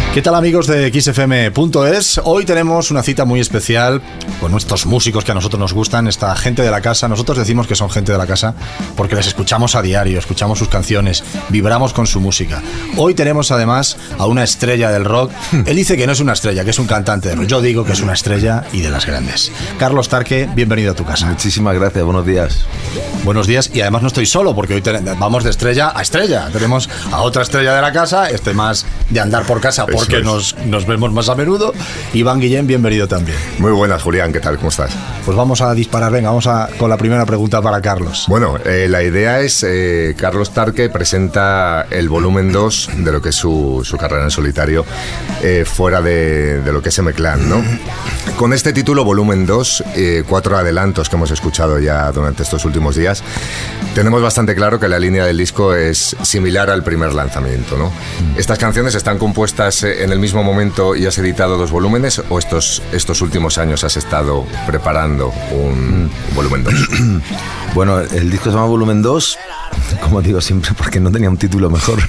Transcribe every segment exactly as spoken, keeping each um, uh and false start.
¿Qué tal, amigos de X F M punto es? Hoy tenemos una cita muy especial con nuestros músicos que a nosotros nos gustan, esta gente de la casa. Nosotros decimos que son gente de la casa porque les escuchamos a diario, escuchamos sus canciones, vibramos con su música. Hoy tenemos además a una estrella del rock. Él dice que no es una estrella, que es un cantante de rock. Yo digo que es una estrella y de las grandes. Carlos Tarque, bienvenido a tu casa. Muchísimas gracias, buenos días. Buenos días, y además no estoy solo porque hoy ten- vamos de estrella a estrella. Tenemos a otra estrella de la casa, este más de andar por casa porque que nos, nos vemos más a menudo. Iván Guillén, bienvenido también. Muy buenas, Julián, ¿qué tal? ¿Cómo estás? Pues vamos a disparar, venga, vamos a con la primera pregunta para Carlos. Bueno, eh, la idea es, eh, Carlos Tarque presenta el volumen dos de lo que es su, su carrera en solitario, eh, fuera de, de lo que es M-Clan, ¿no? Con este título, volumen dos, eh, cuatro adelantos que hemos escuchado ya durante estos últimos días, tenemos bastante claro que la línea del disco es similar al primer lanzamiento, ¿no? Estas canciones están compuestas en el mismo momento y has editado dos volúmenes, o estos, estos últimos años has estado preparando un, un volumen dos. Bueno, el disco se llama Volumen dos, como digo siempre, porque no tenía un título mejor.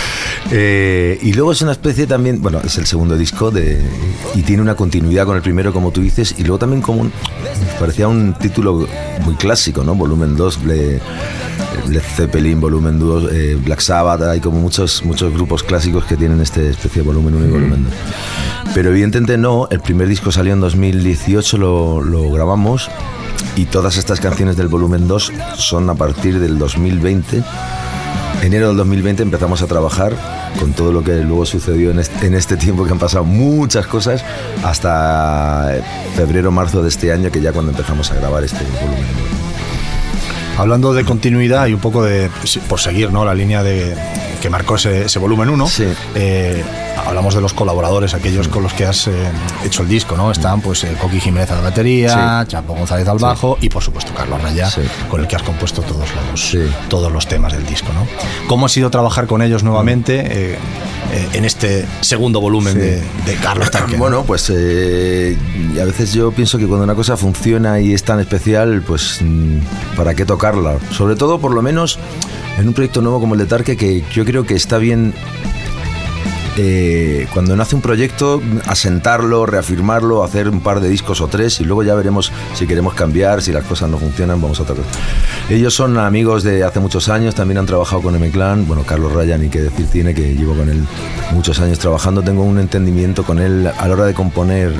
Eh, y luego es una especie también, bueno, es el segundo disco de, y tiene una continuidad con el primero, como tú dices, y luego también como un, parecía un título muy clásico, ¿no? Volumen dos, Led Zeppelin, Volumen dos, eh, Black Sabbath, hay como muchos, muchos grupos clásicos que tienen este especie de Volumen uno y Volumen dos. Pero evidentemente no, el primer disco salió en dos mil dieciocho, lo, lo grabamos, y todas estas canciones del Volumen dos son a partir del dos mil veinte. Enero del dos mil veinte empezamos a trabajar con todo lo que luego sucedió en este, en este tiempo, que han pasado muchas cosas, hasta febrero, marzo de este año, que ya cuando empezamos a grabar este volumen. Hablando de continuidad y un poco de, por seguir, ¿no?, la línea de que marcó ese, ese volumen uno, sí. eh, hablamos de los colaboradores, aquellos con los que has eh, hecho el disco, ¿no? Están pues eh, Coqui Jiménez a la batería, sí. Chapo González al bajo, sí. Y por supuesto Carlos Raya, sí. Con el que has compuesto todos los, sí. todos los temas del disco, ¿no? ¿Cómo ha sido trabajar con ellos nuevamente eh, eh, en este segundo volumen, sí. de, de Carlos Tarque? Bueno, pues eh, a veces yo pienso que cuando una cosa funciona y es tan especial, pues ¿para qué tocarla? Sobre todo, por lo menos, en un proyecto nuevo como el de Tarque, que yo creo que está bien, eh, cuando nace un proyecto, asentarlo, reafirmarlo, hacer un par de discos o tres, y luego ya veremos si queremos cambiar, si las cosas no funcionan, vamos a otra cosa. Ellos son amigos de hace muchos años, también han trabajado con M-Clan. Bueno, Carlos Raya, ni qué decir tiene, que llevo con él muchos años trabajando. Tengo un entendimiento con él a la hora de componer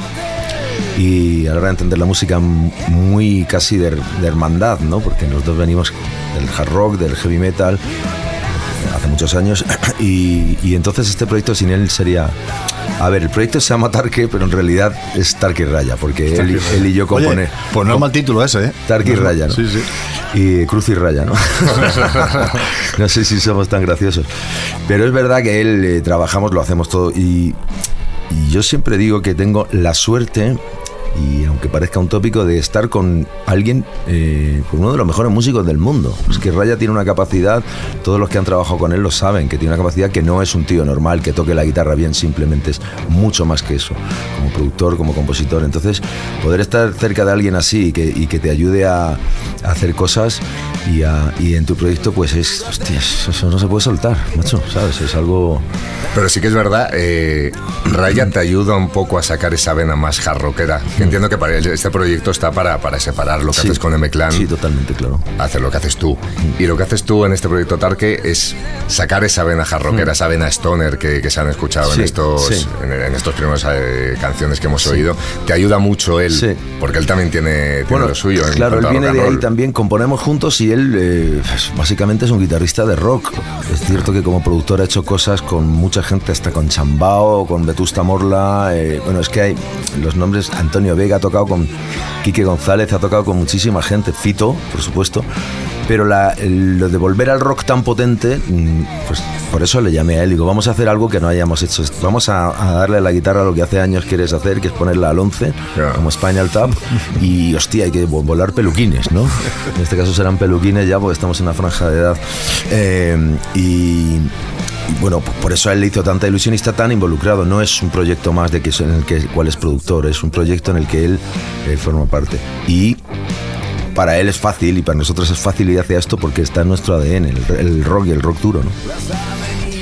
y a la hora de entender la música muy casi de, de hermandad, ¿no? Porque los dos venimos del hard rock, del heavy metal, hace muchos años, y, y entonces este proyecto sin él sería... A ver, el proyecto se llama Tarque, pero en realidad es Tarque y Raya, porque él, él y yo componen. Pues no es mal título ese, ¿eh? Tarque y Raya, ¿no? Sí, sí. Y Cruz y Raya, ¿no? No sé si somos tan graciosos. Pero es verdad que él, eh, trabajamos, lo hacemos todo, y, y yo siempre digo que tengo la suerte, y aunque parezca un tópico, de estar con alguien, eh, con uno de los mejores músicos del mundo. Es que Raya tiene una capacidad, todos los que han trabajado con él lo saben, que tiene una capacidad que no es un tío normal que toque la guitarra bien, simplemente es mucho más que eso, como productor, como compositor. Entonces, poder estar cerca de alguien así y que, y que te ayude a, a hacer cosas y, a, y en tu proyecto, pues es, hostia, eso no se puede soltar, macho, ¿sabes? Es algo... Pero sí que es verdad, eh, Raya te ayuda un poco a sacar esa vena más jarroquera. Entiendo que para este proyecto está para, para separar lo que sí. haces con M-Clan. Sí, totalmente, claro. Hacer lo que haces tú. Y lo que haces tú en este proyecto Tarque es sacar esa vena jarroquera, mm. esa vena stoner que, que se han escuchado sí, en estos sí. en, en estos primeros eh, canciones que hemos sí. oído. Te ayuda mucho él, sí. porque él también tiene, tiene bueno, lo suyo. En claro, él viene de ahí roll. También, componemos juntos, y él eh, pues, básicamente es un guitarrista de rock. Es cierto que como productor ha hecho cosas con mucha gente, hasta con Chambao, con Vetusta Morla, eh, bueno, es que hay los nombres, Antonio Vega ha tocado con Quique González, ha tocado con muchísima gente, Fito, por supuesto, pero la, el, lo de volver al rock tan potente, pues por eso le llamé a él, digo, vamos a hacer algo que no hayamos hecho, vamos a, a darle a la guitarra lo que hace años quieres hacer, que es ponerla al once, yeah. como Spinal Tap, y hostia, hay que volar peluquines, ¿no? En este caso serán peluquines ya, porque estamos en una franja de edad, eh, y... bueno, por eso a él le hizo tanta ilusión y está tan involucrado. No es un proyecto más de que en el que el cual es productor, es un proyecto en el que él eh, forma parte. Y para él es fácil, y para nosotros es fácil ir hacia esto porque está en nuestro A D N, el, el rock y el rock duro, ¿no?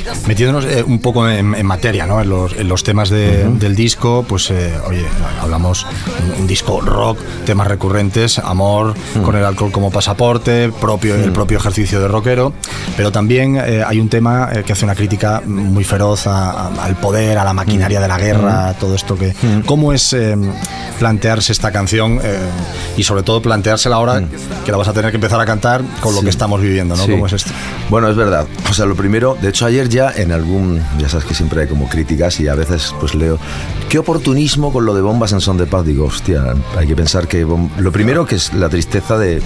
metiéndonos eh, un poco en, en materia, ¿no? En los, en los temas de, uh-huh. del disco, pues eh, oye, hablamos un, un disco rock, temas recurrentes, amor, uh-huh. con el alcohol como pasaporte, propio, uh-huh. el propio ejercicio de rockero, pero también eh, hay un tema eh, que hace una crítica muy feroz a, a, al poder, a la maquinaria uh-huh. de la guerra, uh-huh. todo esto que... Uh-huh. ¿Cómo es eh, plantearse esta canción eh, y sobre todo planteársela ahora uh-huh. que la vas a tener que empezar a cantar con lo sí. que estamos viviendo, ¿no? Sí. ¿Cómo es esto? Bueno, es verdad. O sea, lo primero, de hecho ayer ya en algún, ya sabes que siempre hay como críticas y a veces pues leo, qué oportunismo con lo de Bombas en Son de Paz. Digo, hostia, hay que pensar que bom... lo primero que es la tristeza de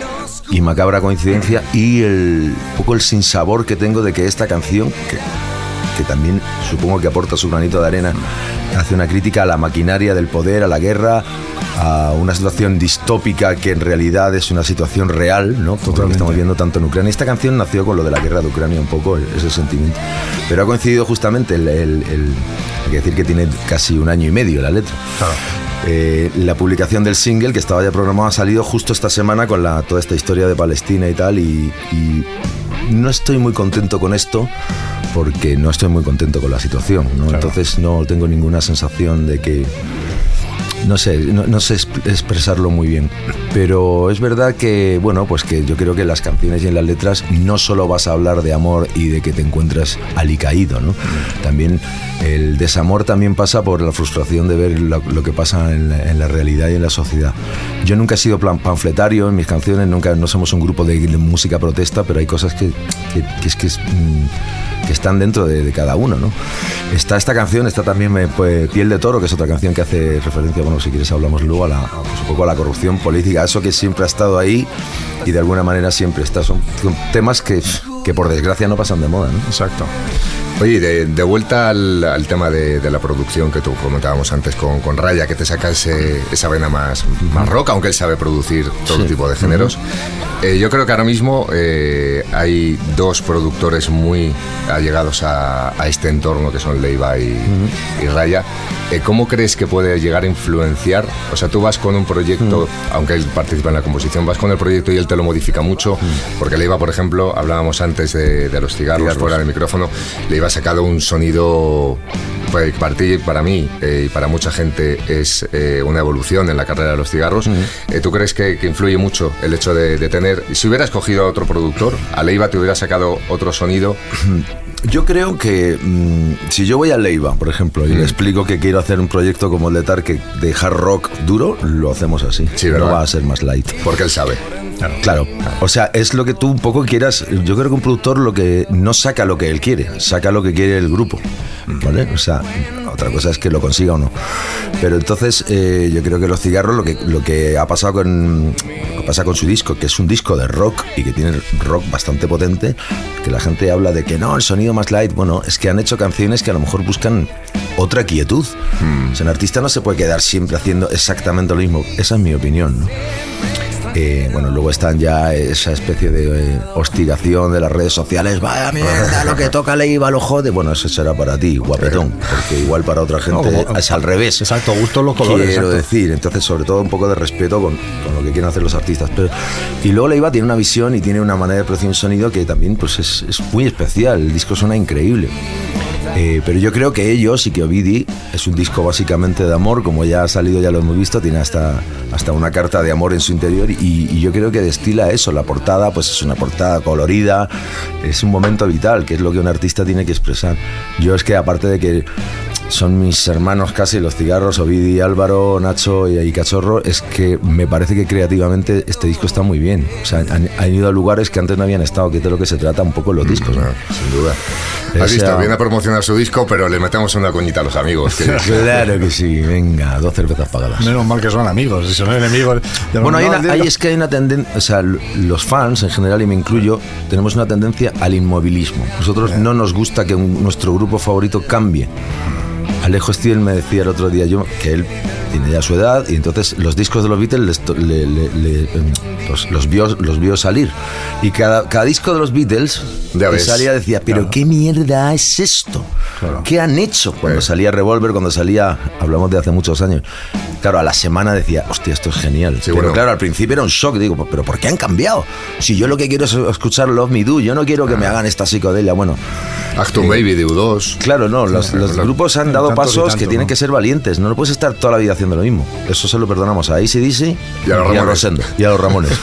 y macabra coincidencia y el un poco el sinsabor que tengo de que esta canción que, que también supongo que aporta su granito de arena, hace una crítica a la maquinaria del poder, a la guerra, a una situación distópica que en realidad es una situación real, ¿no? Todo lo que estamos viendo tanto en Ucrania. Esta canción nació con lo de la guerra de Ucrania, un poco ese sentimiento. Pero ha coincidido justamente, el, el, el, hay que decir que tiene casi un año y medio la letra. Claro. Eh, la publicación del single, que estaba ya programado, ha salido justo esta semana con la, toda esta historia de Palestina y tal, y, y no estoy muy contento con esto porque no estoy muy contento con la situación, ¿no? Claro. Entonces no tengo ninguna sensación de que... No sé, no, no sé expresarlo muy bien, pero es verdad que, bueno, pues que yo creo que en las canciones y en las letras no solo vas a hablar de amor y de que te encuentras alicaído, ¿no? También el desamor también pasa por la frustración de ver lo, lo que pasa en la, en la realidad y en la sociedad. Yo nunca he sido plan, panfletario en mis canciones, nunca, no somos un grupo de, de música protesta, pero hay cosas que, que, que es que es... Mmm, que están dentro de, de cada uno, ¿no? Está esta canción, está también pues, Piel de Toro, que es otra canción que hace referencia, bueno, si quieres hablamos luego, a la, a, pues, un poco a la corrupción política, eso que siempre ha estado ahí y de alguna manera siempre está. Son, son temas que, que por desgracia no pasan de moda, ¿no? Exacto. Oye, de, de vuelta al, al tema de, de la producción que tú comentábamos antes con, con Raya, que te saca ese, esa vena más, uh-huh. más rock, aunque él sabe producir todo sí. tipo de géneros. Uh-huh. Eh, yo creo que ahora mismo eh, hay dos productores muy allegados a, a este entorno, que son Leiva y, uh-huh. y Raya. Eh, ¿Cómo crees que puede llegar a influenciar? O sea, tú vas con un proyecto, uh-huh. aunque él participa en la composición, vas con el proyecto y él te lo modifica mucho, uh-huh. porque Leiva, por ejemplo, hablábamos antes de, de los cigarros, cigarros fuera del micrófono, Leiva ha sacado un sonido, pues, para ti, para mí eh, y para mucha gente es eh, una evolución en la carrera de los cigarros. Uh-huh. eh, ¿Tú crees que, que influye mucho el hecho de, de tener, si hubieras cogido a otro productor, a Leiva te hubiera sacado otro sonido? Yo creo que mmm, si yo voy a Leiva, por ejemplo, y mm. le explico que quiero hacer un proyecto como el de Tarque de hard rock duro, lo hacemos así. Sí, no va a ser más light. Porque él sabe. Claro. claro. O sea, es lo que tú un poco quieras. Yo creo que un productor lo que no saca lo que él quiere, saca lo que quiere el grupo, ¿vale? O sea, otra cosa es que lo consiga o no. Pero entonces eh, yo creo que los cigarros, lo que, lo que ha pasado con, lo que pasa con su disco, que es un disco de rock y que tiene rock bastante potente, que la gente habla de que no, el sonido más light. Bueno, es que han hecho canciones que a lo mejor buscan otra quietud. Mm. O sea, un artista no se puede quedar siempre haciendo exactamente lo mismo. Esa es mi opinión, ¿no? Eh, bueno, luego están ya esa especie de eh, hostigación de las redes sociales. Vaya mierda, lo que toca Leiva lo jode. Bueno, eso será para ti, guapetón, porque igual para otra gente no, como, es al revés. Exacto, gustos los colores. Quiero exacto. decir, entonces sobre todo un poco de respeto con, con lo que quieren hacer los artistas. Pero, y luego Leiva tiene una visión y tiene una manera de producir un sonido que también pues es, es muy especial. El disco suena increíble. Eh, pero yo creo que ellos y que Ovidi es un disco básicamente de amor, como ya ha salido, ya lo hemos visto, tiene hasta, hasta una carta de amor en su interior y, y yo creo que destila eso. La portada pues es una portada colorida, es un momento vital, que es lo que un artista tiene que expresar. Yo es que aparte de que son mis hermanos casi los cigarros, Ovidi, Álvaro, Nacho y, y Cachorro, es que me parece que creativamente este disco está muy bien. O sea, han, han ido a lugares que antes no habían estado, que es de lo que se trata un poco los discos, ¿no? Sin duda. Has visto, viene a promocionar su disco, pero le metemos una coñita a los amigos. Que... Claro que sí, venga, dos cervezas pagadas. Menos mal que son amigos, si son enemigos... Bueno, hay una, hay, es que hay una tendencia, o sea, los fans en general, y me incluyo, tenemos una tendencia al inmovilismo. Nosotros no nos gusta que un, nuestro grupo favorito cambie. Alejo Stivel me decía el otro día yo que él tiene ya su edad y entonces los discos de los Beatles le, le, le, los, los, vio, los vio salir y cada, cada disco de los Beatles que salía decía, pero claro. ¿Qué mierda es esto? Claro. ¿Qué han hecho? Cuando pues. salía Revolver, cuando salía, hablamos de hace muchos años, claro, a la semana decía, hostia, esto es genial. Sí, pero bueno. Claro, al principio era un shock, digo, pero ¿por qué han cambiado? Si yo lo que quiero es escuchar Love Me Do, yo no quiero que ah. me hagan esta psicodelia. Bueno, Actum Baby de U dos. Claro, no, los, Sí, los los- grupos han dado tantos y pasos tantos, que tienen ¿no? que ser valientes. No lo puedes estar toda la vida haciendo lo mismo. Eso se lo perdonamos a A C/D C Y a los Ramones. Rosendo y a los Ramones.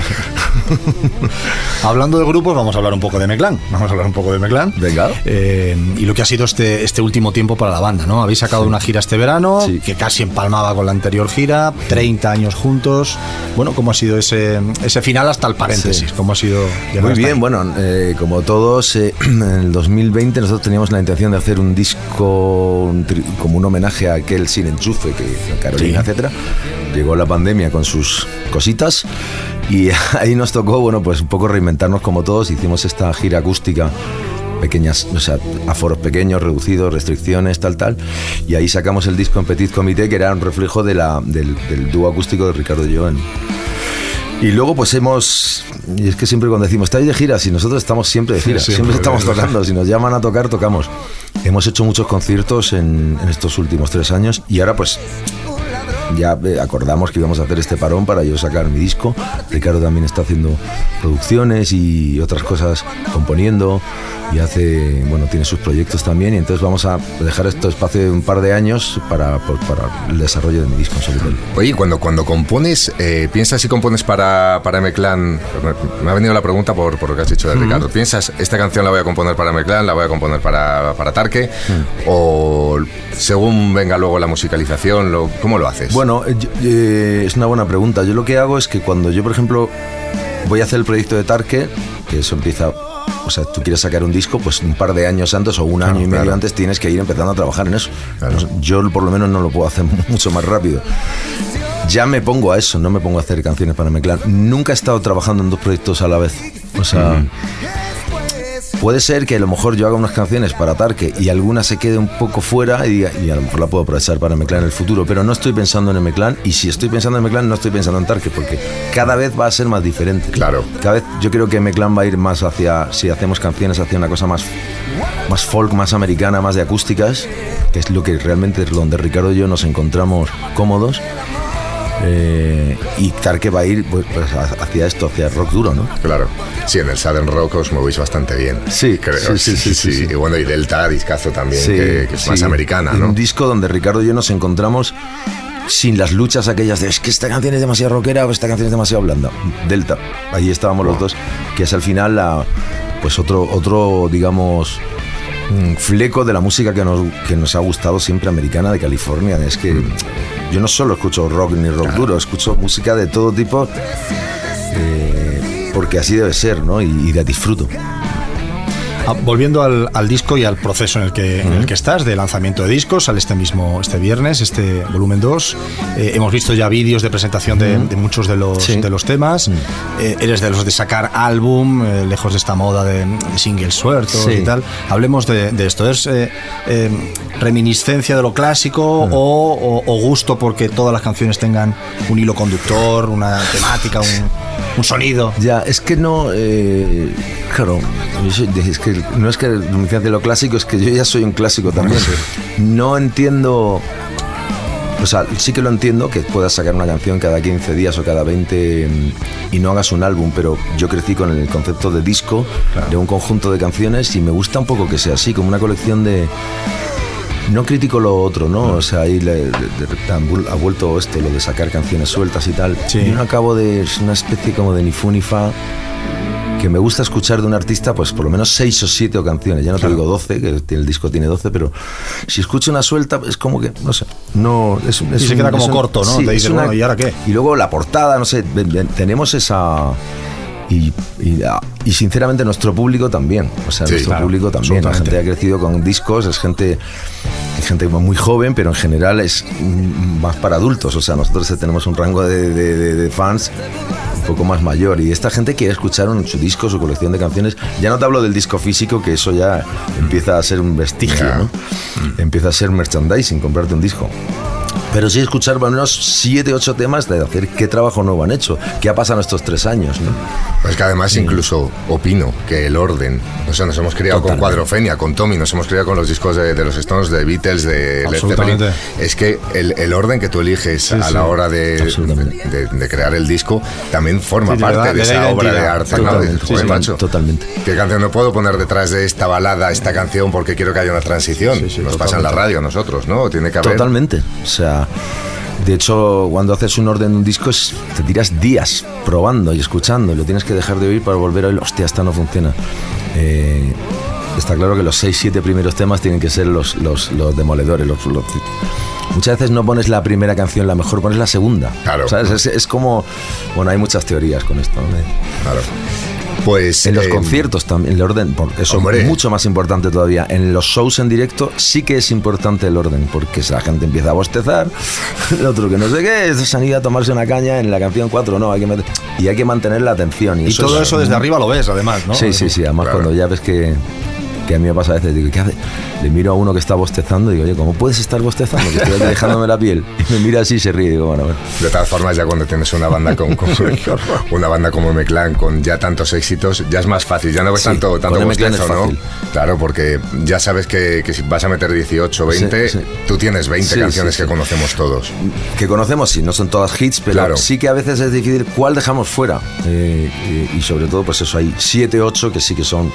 Hablando de grupos, vamos a hablar un poco de M-Clan. Vamos a hablar un poco de M-Clan. Venga. Eh, y lo que ha sido este, este último tiempo para la banda, ¿no? Habéis sacado una gira este verano, Sí. que casi empalmaba con la anterior gira, treinta años juntos. Bueno, ¿cómo ha sido ese, ese final hasta el paréntesis? Sí. ¿Cómo ha sido? llegar Muy hasta bien, ahí? bueno, eh, como todos, eh, en el dos mil veinte nosotros teníamos la intención de hacer un disco un tri- como un homenaje a aquel Sin Enchufe, que Carolina, Sí. etcétera. Llegó la pandemia con sus cositas y ahí nos tocó, bueno, pues un poco reinventarnos como todos. Hicimos esta gira acústica, pequeñas, o sea, aforos pequeños, reducidos, restricciones, tal, tal. Y ahí sacamos el disco en Petit Comité, que era un reflejo de la, del, del dúo acústico de Ricardo y yo en, Y luego pues hemos, y es que siempre cuando decimos, ¿estáis de gira? Si nosotros estamos siempre de gira, Sí, siempre siempre, estamos de verdad. tocando, si nos llaman a tocar, tocamos. Hemos hecho muchos conciertos en, en estos últimos tres años y ahora pues ya eh, acordamos que íbamos a hacer este parón para yo sacar mi disco. Ricardo también está haciendo producciones y otras cosas, componiendo, y hace, bueno, tiene sus proyectos también, y entonces vamos a dejar esto espacio de un par de años para, pues, para el desarrollo de mi disco en solitario. Oye, cuando, cuando compones, eh, ¿piensas si compones para, para M-Clan? Me, me ha venido la pregunta por, por lo que has dicho de Ricardo. ¿Piensas, esta canción la voy a componer para M-Clan, la voy a componer para, para Tarque? ¿O según venga luego la musicalización, lo, cómo lo haces? Bueno, eh, yo- eh, es una buena pregunta. Yo lo que hago es que cuando yo, por ejemplo, voy a hacer el proyecto de Tarque, que eso empieza, o sea, tú quieres sacar un disco, pues un par de años antes o un Claro, año y medio claro. antes tienes que ir empezando a trabajar en eso. Claro. Yo por lo menos no lo puedo hacer mucho más rápido. Ya me pongo a eso, no me pongo a hacer canciones para M-Clan. Nunca he estado trabajando en dos proyectos a la vez. O sea, puede ser que a lo mejor yo haga unas canciones para Tarque y alguna se quede un poco fuera y, diga- y a lo mejor la puedo aprovechar para M-Clan en el futuro, pero no estoy pensando en M-Clan, y si estoy pensando en M-Clan no estoy pensando en Tarque, porque cada vez va a ser más diferente. Claro. Cada vez yo creo que M-Clan va a ir más hacia, si hacemos canciones, hacia una cosa más, más folk, más americana, más de acústicas, que es lo que realmente es donde Ricardo y yo nos encontramos cómodos. Eh, y Tarque va a ir pues, pues, hacia esto, hacia el rock duro, ¿no? Claro. Sí, en el Southern Rock os movéis bastante bien. Sí, creo. sí, sí, sí, sí, sí. Y bueno, y Delta, discazo también, Sí, que, que es más sí. americana, Un ¿no? disco donde Ricardo y yo nos encontramos sin las luchas aquellas de es que esta canción es demasiado rockera o esta canción es demasiado blanda. Delta, ahí estábamos los dos, que es al final la, pues otro, otro digamos, mm, fleco de la música que nos, que nos ha gustado siempre, americana, de California. Es que yo no solo escucho rock ni rock duro, escucho música de todo tipo, eh, porque así debe ser, ¿no? Y, y la disfruto. Ah, volviendo al, al disco y al proceso en el que, en el que estás, de lanzamiento de discos, sale este mismo este viernes, este volumen dos. Eh, hemos visto ya vídeos de presentación de, de muchos de los, Sí. de los temas. Eh, eres de los de sacar álbum, eh, lejos de esta moda de, de singles sueltos Sí. y tal. Hablemos de, de esto. ¿Es eh, eh, reminiscencia de lo clásico o, o- o gusto porque todas las canciones tengan un hilo conductor, una temática, un, un sonido? Ya, es que no, eh, claro, yo soy- es que no es que reminiscencia de lo clásico, es que yo ya soy un clásico también. No entiendo, o sea, sí que lo entiendo que puedas sacar una canción cada quince días o cada veinte mm, y no hagas un álbum, pero yo crecí con el concepto de disco, de un conjunto de canciones, y me gusta un poco que sea así, como una colección de... No critico lo otro, ¿no? O sea, ahí le- de- de- han vu- ha vuelto esto, lo de sacar canciones sueltas y tal. Sí. Yo no acabo de... Es una especie como de ni fu ni fa, que me gusta escuchar de un artista, pues por lo menos seis o siete canciones. Ya no Claro. te digo doce, que el disco tiene doce, pero si escucho una suelta, es como que, no sé, no... Es, Y se queda como corto, ¿no? sí, Te es dices, bueno, ¿y ahora qué? Y luego la portada, no sé, ven- ven- tenemos esa... Y, y, ah, y sinceramente nuestro público también, o sea, Sí, nuestro claro, público también, la absolutamente. gente ha crecido con discos, es gente, es gente muy joven, pero en general es mm, más para adultos, o sea, nosotros tenemos un rango de, de- de- de fans un poco más mayor, y esta gente quiere escuchar un- su disco, su colección de canciones. Ya no te hablo del disco físico, que eso ya empieza a ser un vestigio, Ya. ¿no? Empieza a ser merchandising, comprarte un disco. pero sí escuchar al menos siete, ocho temas de hacer qué trabajo nuevo han hecho, qué ha pasado en estos tres años, ¿no? Pues que además sí. Incluso opino que el orden, o sea, nos hemos criado Totalmente. con Cuadrofenia, con Tommy, nos hemos criado con los discos de, de los Stones, de Beatles, de Led Zeppelin. Es que el, el orden que tú eliges sí, a sí. la hora de, de, de crear el disco también forma sí, parte de, de esa obra de arte. Totalmente, ¿no? Sí, sí, macho, totalmente. ¿Qué canción no puedo poner detrás de esta balada, esta canción, porque quiero que haya una transición? Sí, sí, nos pasa en la radio a nosotros, ¿no? Tiene que haber... Totalmente, o sea... De hecho, cuando haces un orden de un disco, es, te tiras días probando y escuchando, y lo tienes que dejar de oír para volver a oír, hostia, esta no funciona. Eh, está claro que los seis, siete primeros temas tienen que ser los, los, los demoledores. Los, los, muchas veces no pones la primera canción, la mejor pones la segunda. Claro. ¿Sabes? Es, es como... Bueno, hay muchas teorías con esto, ¿no? Claro. Pues, en los eh, conciertos también, el orden, eso hombre. es mucho más importante todavía. En los shows en directo sí que es importante el orden, porque si la gente empieza a bostezar, el otro que no sé qué, se han ido a tomarse una caña en la canción cuatro, no, hay que meter, y hay que mantener la atención. Y, y eso todo es, eso desde arriba lo ves, además, ¿no? Sí, sí, sí, además claro. Cuando ya ves que... que a mí me pasa a veces, digo, ¿qué hace? Le miro a uno que está bostezando y digo, oye, ¿cómo puedes estar bostezando? Que estoy aquí dejándome la piel. Y me mira así y se ríe. Digo, bueno, bueno. De todas formas, ya cuando tienes una banda con, con una banda como M-Clan con ya tantos éxitos, ya es más fácil, ya no ves sí, tanto, tanto bostezo, ¿no? Claro, porque ya sabes que, que si vas a meter dieciocho, veinte, sí, sí. tú tienes veinte sí, canciones sí, sí. que conocemos todos. Que conocemos, sí, no son todas hits, pero claro. sí que a veces es difícil cuál dejamos fuera. Eh, y, y sobre todo, pues eso, hay siete, ocho que sí que son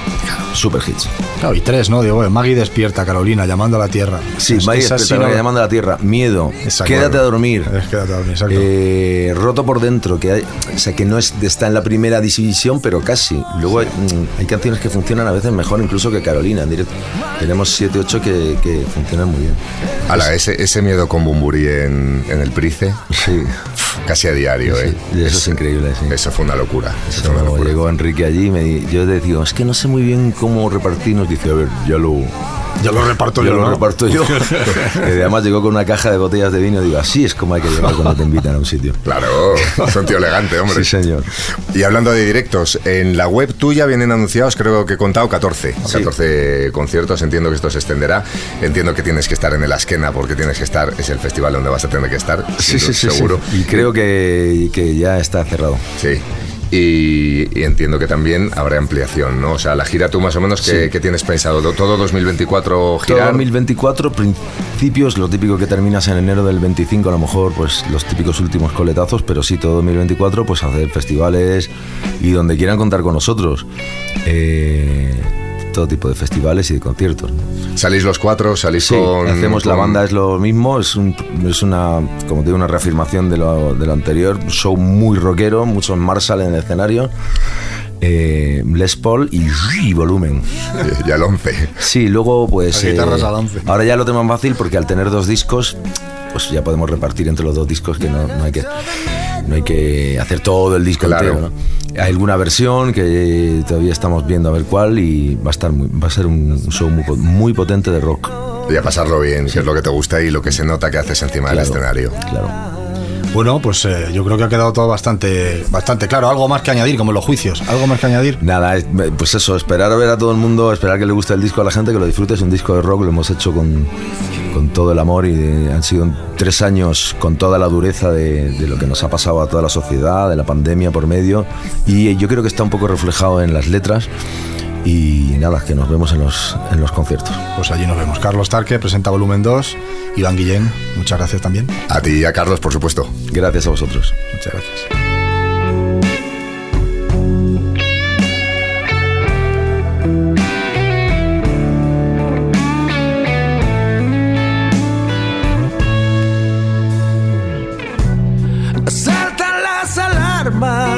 super hits. Claro, y tres, ¿no? Digo, Maggie despierta, Carolina, llamando a la tierra. Sí, es, Maggie despierta, no... llamando a la tierra. Miedo, exacto, quédate bueno. a dormir. Es quédate a dormir, exacto. Eh, roto por dentro, que hay, o sea, que no es, está en la primera división, pero casi. Luego hay, hay canciones que funcionan a veces mejor incluso que Carolina en directo. Tenemos siete, ocho que, que funcionan muy bien. Ala, ese, ese miedo con Bumburi en, en el Price, sí. casi a diario, sí, ¿eh? Eso es, es increíble, sí. Eso fue una locura. Eso fue una locura. Llegó Enrique allí y me, yo le digo, es que no sé muy bien cómo repartirnos. Dice, a ver, ya lo... Ya lo reparto yo, yo lo ¿no? reparto yo. Y además llegó con una caja de botellas de vino y digo, así es como hay que llegar cuando te invitan a un sitio. Claro, es un tío elegante, hombre. Sí, señor. Y hablando de directos, en la web tuya vienen anunciados, creo que he contado catorce. Sí. catorce conciertos, entiendo que esto se extenderá. Entiendo que tienes que estar en el Asquena porque tienes que estar, es el festival donde vas a tener que estar, sí, sí, sí, seguro. Sí. Y creo que, que ya está cerrado. Sí. Y, y entiendo que también habrá ampliación, ¿no? O sea, la gira tú más o menos, ¿qué, sí. ¿qué tienes pensado? ¿Todo dos mil veinticuatro girar? Todo dos mil veinticuatro, principios, lo típico que terminas en enero del veinticinco, a lo mejor, pues los típicos últimos coletazos, pero sí, todo dos mil veinticuatro, pues hacer festivales y donde quieran contar con nosotros. Eh... todo tipo de festivales y de conciertos. ¿Salís los cuatro? ¿Salís sí, con...? hacemos, con... la banda es lo mismo, es, un, es una, como te digo, una reafirmación de lo, de lo anterior, un show muy rockero, muchos Marshall en el escenario, eh, Les Paul y, y volumen. Y, y al once. Sí, luego pues... Eh, al once. Ahora ya lo tenemos más fácil porque al tener dos discos, pues ya podemos repartir entre los dos discos, que no, no hay que... No hay que hacer todo el disco claro. entero, ¿no? Hay alguna versión que todavía estamos viendo a ver cuál y va a estar muy, va a ser un show muy, muy potente de rock. Y a pasarlo bien, sí. que es lo que te gusta y lo que se nota que haces encima claro, del escenario. Claro. Bueno, pues eh, yo creo que ha quedado todo bastante, bastante claro. Algo más que añadir, como en los juicios. Algo más que añadir. Nada, pues eso, esperar a ver a todo el mundo, esperar que le guste el disco a la gente, que lo disfrute. Es un disco de rock, lo hemos hecho con, con todo el amor y de, han sido tres años con toda la dureza de, de lo que nos ha pasado a toda la sociedad, de la pandemia por medio. Y yo creo que está un poco reflejado en las letras. Y nada, que nos vemos en los, en los conciertos. Pues allí nos vemos. Carlos Tarque presenta Volumen dos. Iván Guillén, muchas gracias también. A ti y a Carlos, por supuesto. Gracias a vosotros. Muchas gracias. Saltan las alarmas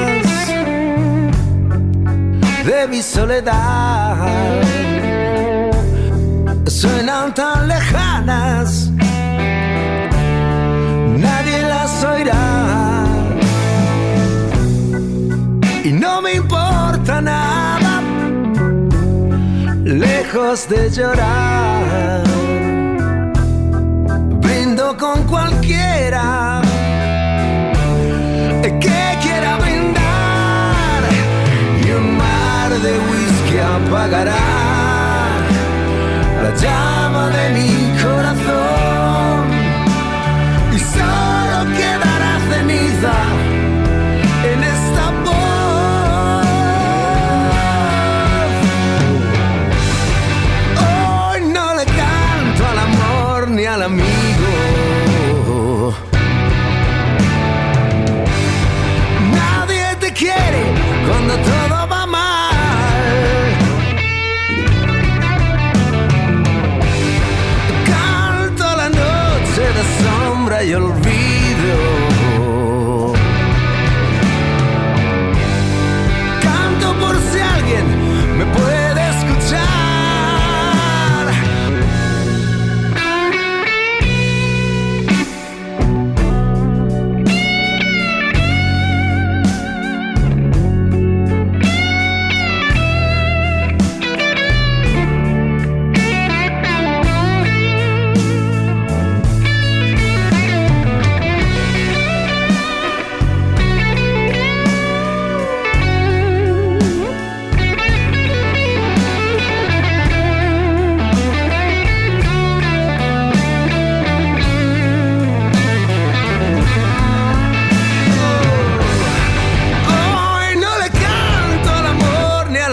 de mi soledad, suenan tan lejanas, nadie las oirá, y no me importa nada, lejos de llorar, brindo con cualquiera que quiera brindar, y un mar de whisky apagará la llama de mi corazón.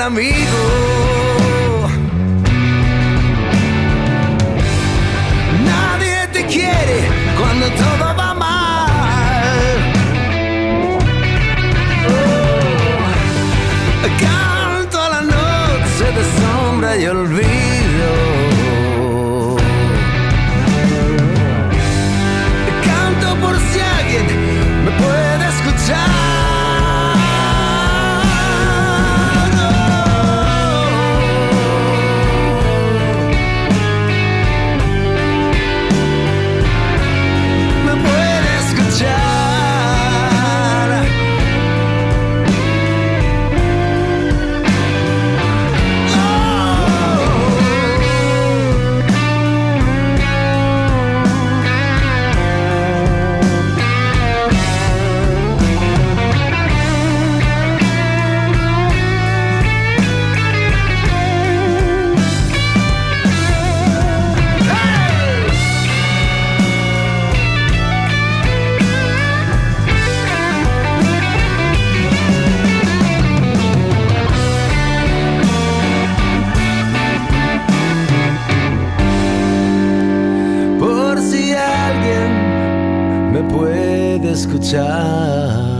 amigo. Nadie te quiere cuando todo va mal. Oh, canto a la noche de sombra y olvido. Canto por si alguien me puede escuchar. Escuchar.